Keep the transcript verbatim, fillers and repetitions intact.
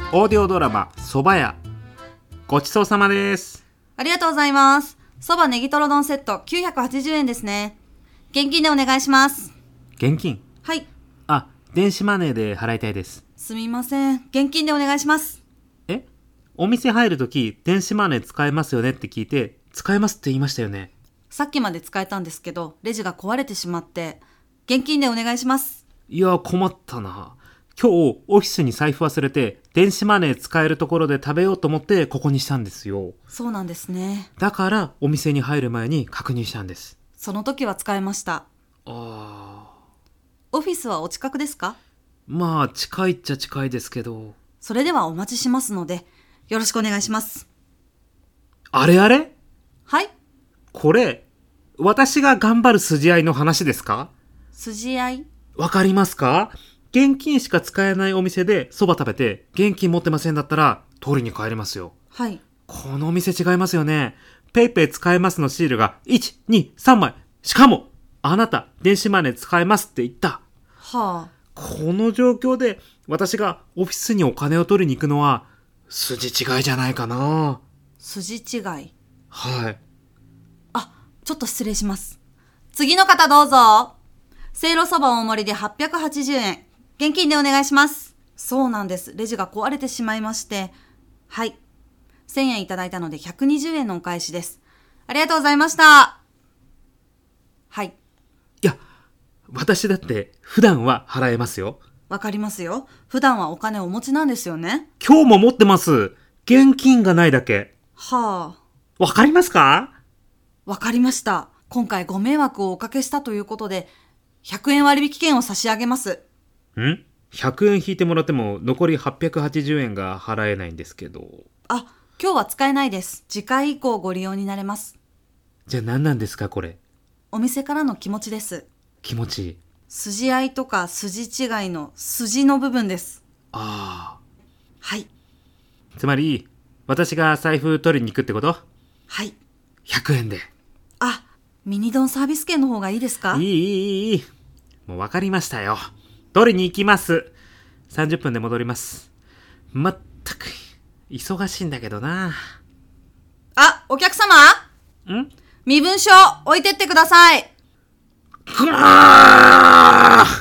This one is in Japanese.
オーディオドラマそば屋、ごちそうさまです。 ありがとうございます。そばネギトロ丼セットきゅうひゃくはちじゅうえんですね。現金でお願いします。 現金？ はい。 あ、電子マネーで払いたいです。 すみません、現金でお願いします。 え？お店入るとき電子マネー使えますよねって聞いて、使えますって言いましたよね。 さっきまで使えたんですけどレジが壊れてしまって、現金でお願いします。 いや困ったな。今日オフィスに財布忘れて電子マネー使えるところで食べようと思ってここにしたんですよ。 そうなんですね。 だからお店に入る前に確認したんです。 その時は使えました。 ああ。 オフィスはお近くですか？ まあ近いっちゃ近いですけど。 それではお待ちしますのでよろしくお願いします。 あれあれ？ はい。 これ私が頑張る筋合いの話ですか？ 筋合い？ わかりますか？現金しか使えないお店でそば食べて現金持ってませんだったら取りに帰れますよ。 はい。 このお店違いますよね。ペイペイ使えますのシールがいち、に、さんまい。しかもあなた電子マネー使えますって言った。 はあ。 この状況で私がオフィスにお金を取りに行くのは筋違いじゃないかな。 筋違い？ はい。 あ、ちょっと失礼します。次の方どうぞ。せいろそば大盛りではっぴゃくはちじゅうえん。現金でお願いします。そうなんです。レジが壊れてしまいまして。はい。せんえんいただいたのでひゃくにじゅうえんのお返しです。ありがとうございました。はい。 いや、私だって普段は払えますよ。 わかりますよ。普段はお金お持ちなんですよね。 今日も持ってます。現金がないだけ。 はあ。 わかりますか？ わかりました。今回ご迷惑をおかけしたということで、ひゃくえん割引券を差し上げます。 ん？ ひゃく 円引いてもらっても残りはっぴゃくはちじゅうえんが払えないんですけど。 あ、今日は使えないです。次回以降ご利用になれます。 じゃあ何なんですかこれ？ お店からの気持ちです。 気持ちいい。 筋合いとか筋違いの筋の部分です。 ああ。 はい。 つまり私が財布取りに行くってこと？ はい。 ひゃくえんで。 あ、ミニ丼サービス券の方がいいですか？ いいいいいい。もう分かりましたよ。取りに行きます。さんじゅっぷんで戻ります。まったく忙しいんだけどな。 あ、お客様？ ん？ 身分証置いてってください。 くわー